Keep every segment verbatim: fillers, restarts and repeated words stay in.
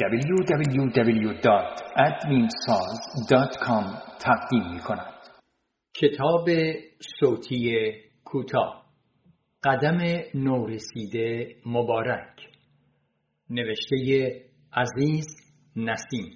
دبلیو دبلیو دبلیو دات ادمین ساز دات کام تقدیم می‌کند. کتاب صوتی کوتاه، قدم نورسیده مبارک، نوشته عزیز نسیم،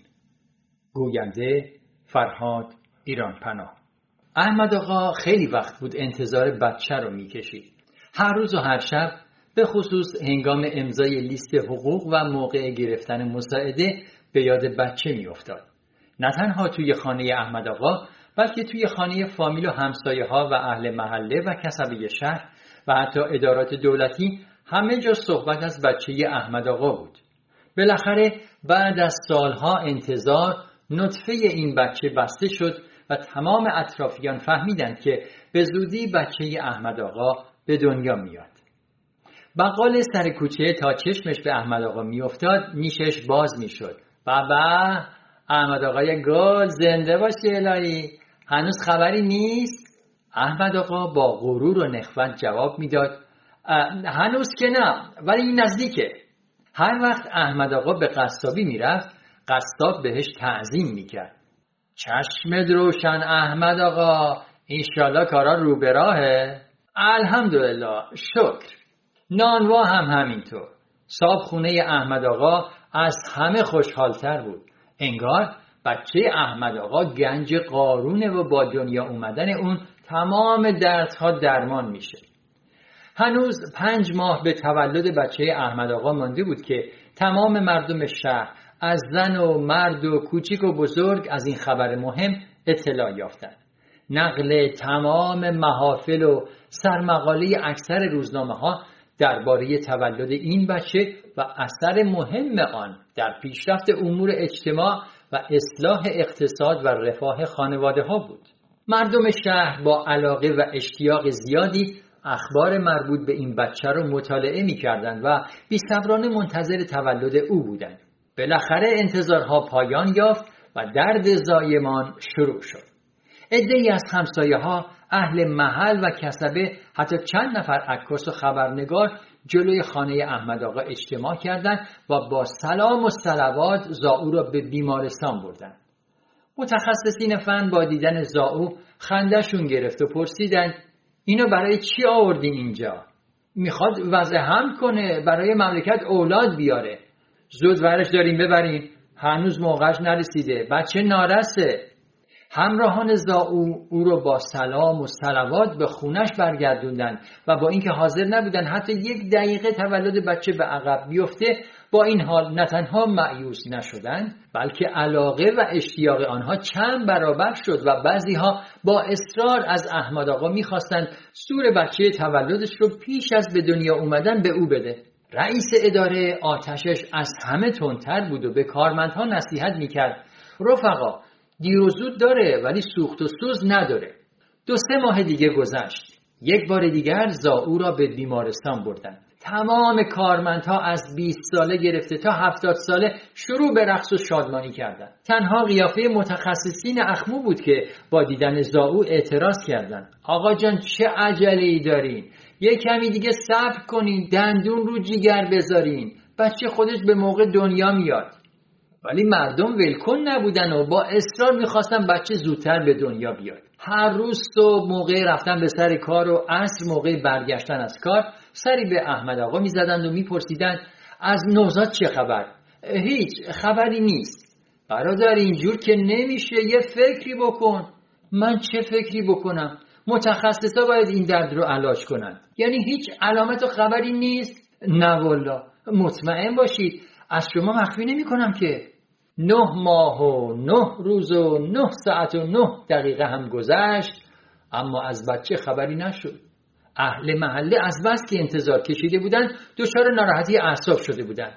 گوینده فرهاد ایرانپناه. احمد آقا خیلی وقت بود انتظار بچه رو میکشید. هر روز و هر شب، به خصوص هنگام امضای لیست حقوق و موقع گرفتن مساعده، به یاد بچه میافتاد. نه تنها توی خانه احمد آقا، بلکه توی خانه فامیل و همسایه ها و اهل محله و کسبه شهر و حتی ادارات دولتی، همه جا صحبت از بچه احمد آقا بود. بالاخره بعد از سالها انتظار، نطفه این بچه بسته شد و تمام اطرافیان فهمیدند که به زودی بچه احمد آقا به دنیا میاد. بقال سر کوچه تا چشمش به احمد آقا میافتاد نیشش باز میشد. بابا، احمد آقای گل زنده باشی الهی، هنوز خبری نیست؟ احمد آقا با غرور و نخوت جواب میداد هنوز که نه، ولی این نزدیکه. هر وقت احمد آقا به قصابی میرفت، قصاب بهش تعظیم میکرد. چشمت روشن احمد آقا، انشالله کارا رو به راهه. الحمدلله، شکر. نانوا هم همینطور. صاحب خونه احمد آقا از همه خوشحالتر بود. انگار بچه احمد آقا گنج قارونه و با دنیا اومدن اون تمام دردها درمان میشه. هنوز پنج ماه به تولد بچه احمد آقا مانده بود که تمام مردم شهر، از زن و مرد و کوچیک و بزرگ، از این خبر مهم اطلاع یافتند. نقل تمام محافل و سرمقاله اکثر روزنامه ها درباره تولد این بچه و اثر مهم آن در پیشرفت امور اجتماع و اصلاح اقتصاد و رفاه خانواده ها بود. مردم شهر با علاقه و اشتیاق زیادی اخبار مربوط به این بچه رو مطالعه می کردند و بی‌صبرانه منتظر تولد او بودند. بالاخره انتظارها پایان یافت و درد زایمان شروع شد. عده‌ای از همسایه‌ها، اهل محل و کسبه، حتی چند نفر عکاس و خبرنگار جلوی خانه احمد آقا اجتماع کردند و با سلام و صلوات زائو را به بیمارستان بردند. متخصصین فن با دیدن زائو خنده‌شون گرفت و پرسیدند اینو برای چی آوردین اینجا؟ میخواد وضع هم کنه، برای مملکت اولاد بیاره. زود ورش داریم ببرین، هنوز موقعش نرسیده، بچه نارسه. همراهان زائو او رو با سلام و صلوات به خونش برگردوندن و با اینکه حاضر نبودن حتی یک دقیقه تولد بچه به عقب بیفته، با این حال نه تنها مایوس نشدند، بلکه علاقه و اشتیاق آنها چند برابر شد و بعضیها با اصرار از احمد آقا می‌خواستند سور بچه تولدش رو پیش از به دنیا اومدن به او بده. رئیس اداره آتشش از همه تندتر بود و به کارمندها نصیحت می‌کرد رفقا، دیر و زود داره ولی سوخت و سوز نداره. دو سه ماه دیگه گذشت. یک بار دیگر زائو را به بیمارستان بردن. تمام کارمندها از بیست ساله گرفته تا هفتاد ساله شروع به رقص و شادمانی کردند. تنها قیافه متخصصین اخمو بود که با دیدن زائو اعتراض کردند. آقا جان، چه عجله‌ای دارین؟ یک کمی دیگه صبر کنین، دندون رو جیگر بذارین، بچه خودش به موقع دنیا میاد. ولی مردم ولکن نبودن و با اصرار میخواستن بچه زودتر به دنیا بیاد. هر روز صبح موقع رفتن به سر کار و عصر موقع برگشتن از کار سری به احمد آقا میزدند و میپرسیدند از نوزاد چه خبر؟ هیچ خبری نیست. برادر اینجور که نمیشه، یه فکری بکن. من چه فکری بکنم؟ متخصصا باید این درد رو علاج کنن. یعنی هیچ علامت و خبری نیست؟ نه والله. مطمئن باشید، از شما مخفی نمی کنم که. نه ماه و نه روز و نه ساعت و نه دقیقه هم گذشت، اما از بچه خبری نشد. اهل محله از بس که انتظار کشیده بودن دچار ناراحتی اعصاب شده بودن.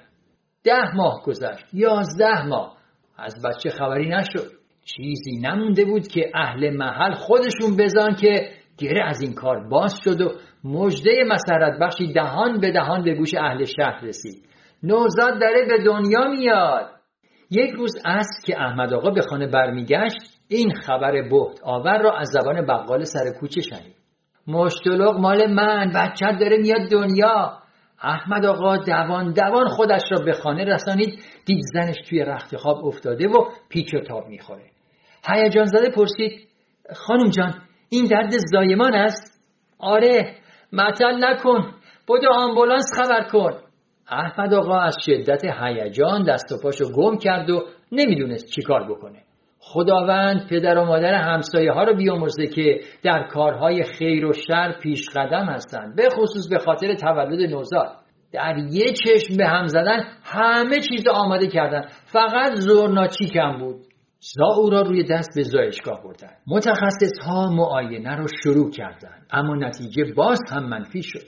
ده ماه گذشت، یازده ماه، از بچه خبری نشد. چیزی نمونده بود که اهل محل خودشون بزن که گره از این کار باز شد و مژده مسرت بخشی دهان به دهان به گوش اهل شهر رسید. نوزاد داره به دنیا میاد. یک روز عصر که احمد آقا به خانه برمیگشت، این خبر بهت آور را از زبان بقال سر کوچه شنید. مشتلق مال من، بچه داره میاد دنیا. احمد آقا دوان دوان خودش را به خانه رسانید، دید زنش توی رخت خواب افتاده و پیچ و تاب میخوره. هیجان زده پرسید خانم جان این درد زایمان است؟ آره. معطل نکن، بدو آمبولانس خبر کن. احمد آقا از شدت هیجان دست و پاشو گم کرد و نمیدونست چی کار بکنه. خداوند پدر و مادر همسایه ها رو بیامرزه که در کارهای خیر و شر پیش قدم هستند، به خصوص به خاطر تولد نوزاد. در یه چشم به هم زدن همه چیز آماده کردن، فقط زورناچی کم بود. زائو را روی دست به زایشگاه بردن. متخصص ها معاینه رو شروع کردن، اما نتیجه باز هم منفی شد.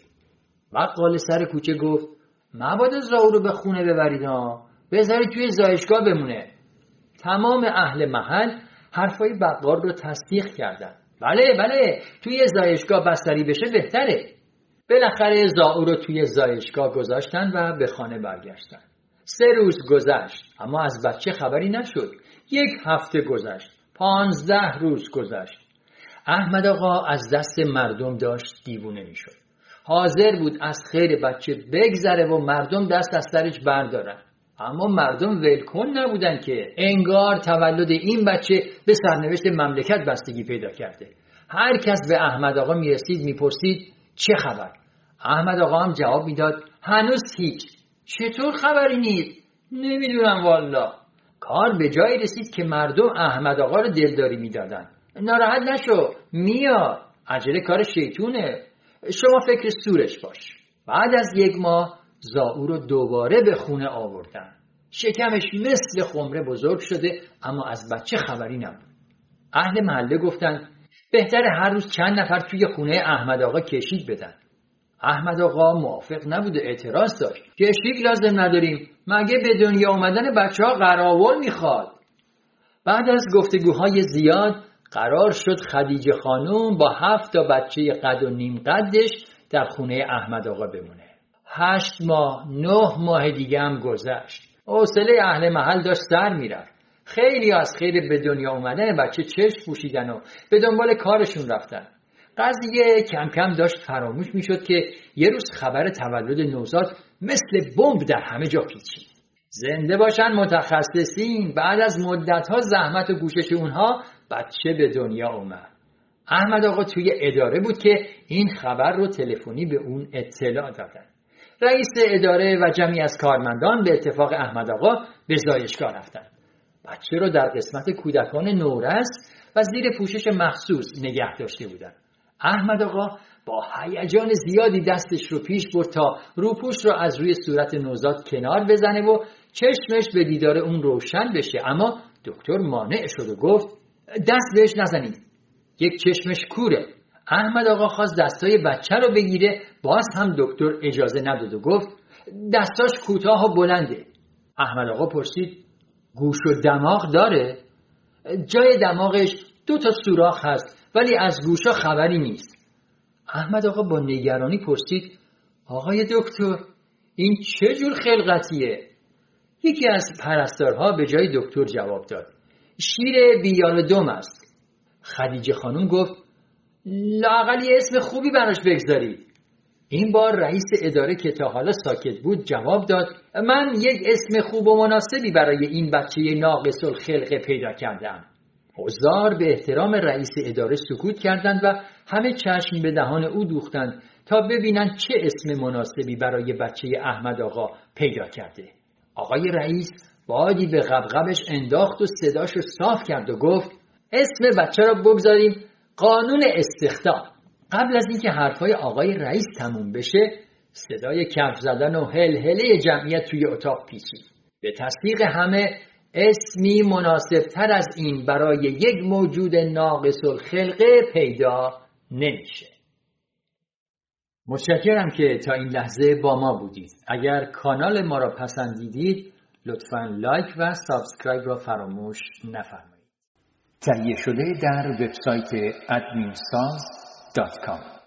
بقال سر کوچه گفت مبادا زائو رو به خونه ببرید ها، بذارید توی زایشگاه بمونه. تمام اهل محل حرفای بقال رو تصدیق کردن. بله بله توی زایشگاه بستری بشه بهتره. بالاخره زائو رو توی زایشگاه گذاشتن و به خانه برگشتن. سه روز گذشت اما از بچه خبری نشد. یک هفته گذشت. پانزده روز گذشت. احمد آقا از دست مردم داشت دیوونه می شد. حاضر بود از خیر بچه بگذره و مردم دست از سرش بردارن. اما مردم ولکن نبودن که انگار تولد این بچه به سرنوشت مملکت بستگی پیدا کرده. هر کس به احمد آقا می رسید می پرسید چه خبر؟ احمد آقا هم جواب میداد هنوز هیچ. چطور خبری نیست؟ نمیدونم والا. کار به جایی رسید که مردم احمد آقا رو دلداری میدادن. ناراحت نشو، میاد. عجله کار شیطونه. شما فکر سورش باش. بعد از یک ماه زائو رو دوباره به خونه آوردن. شکمش مثل خمره بزرگ شده اما از بچه خبری نبود. اهل محله گفتن بهتره هر روز چند نفر توی خونه احمد آقا کشیک بدن. احمد آقا موافق نبود و اعتراض داشت. کشیک لازم نداریم، مگه به دنیا اومدن بچه ها قراول میخواد. بعد از گفتگوهای زیاد قرار شد خدیجه خانوم با هفت تا بچه قد و نیم قدش در خونه احمد آقا بمونه. هشت ماه نه ماه دیگه هم گذشت. حوصله اهل محل داشت سر میرفت. خیلی از خیر به دنیا اومدن بچه چشم پوشیدن و به دنبال کارشون رفتن. قضیه کم کم داشت فراموش میشد که یه روز خبر تولد نوزاد مثل بمب در همه جا پیچید. زنده باشن متخصصین. بعد از مدت‌ها زحمت و کوشش اونها بچه به دنیا اومد. احمد آقا توی اداره بود که این خبر رو تلفنی به اون اطلاع دادن. رئیس اداره و جمعی از کارمندان به اتفاق احمد آقا به زایشگاه رفتن. بچه رو در قسمت کودکان نورس و زیر پوشش مخصوص نگه داشته بودن. احمد آقا با هیجان زیادی دستش رو پیش برد تا روپوش رو از روی صورت نوزاد کنار بزنه و چشمش به دیدار اون روشن بشه، اما دکتر مانع شد و گفت دست بهش نزنید، یک چشمش کوره. احمد آقا خواست دستای بچه رو بگیره، باز هم دکتر اجازه نداد و گفت دستاش کوتاه و بلنده. احمد آقا پرسید گوش و دماغ داره؟ جای دماغش دو تا سوراخ هست ولی از گوشا خبری نیست. احمد آقا با نگرانی پرسید آقای دکتر این چه جور خلقتیه؟ یکی از پرستارها به جای دکتر جواب داد شیر بیال دوم است. خدیجه خانم گفت لااقل یه اسم خوبی براش بگذارید. این بار رئیس اداره که تا حالا ساکت بود جواب داد من یک اسم خوب و مناسبی برای این بچه ناقص الخلقه پیدا کردم. حضار به احترام رئیس اداره سکوت کردند و همه چشم به دهان او دوختند تا ببینند چه اسم مناسبی برای بچه احمد آقا پیدا کرده. آقای رئیس بادی به غبغبش انداخت و صداش رو صاف کرد و گفت اسم بچه را بگذاریم قانون استخدام. قبل از اینکه حرفای آقای رئیس تموم بشه صدای کف زدن و هلهله جمعیت توی اتاق پیچید. به تصدیق همه اسمی مناسبتر از این برای یک موجود ناقص الخلقه پیدا نمیشه. متشکرم که تا این لحظه با ما بودید. اگر کانال ما را پسندیدید لطفاً لایک و سابسکرایب را فراموش نفرمایید. تهیه شده در وبسایت ادمینساز دات کام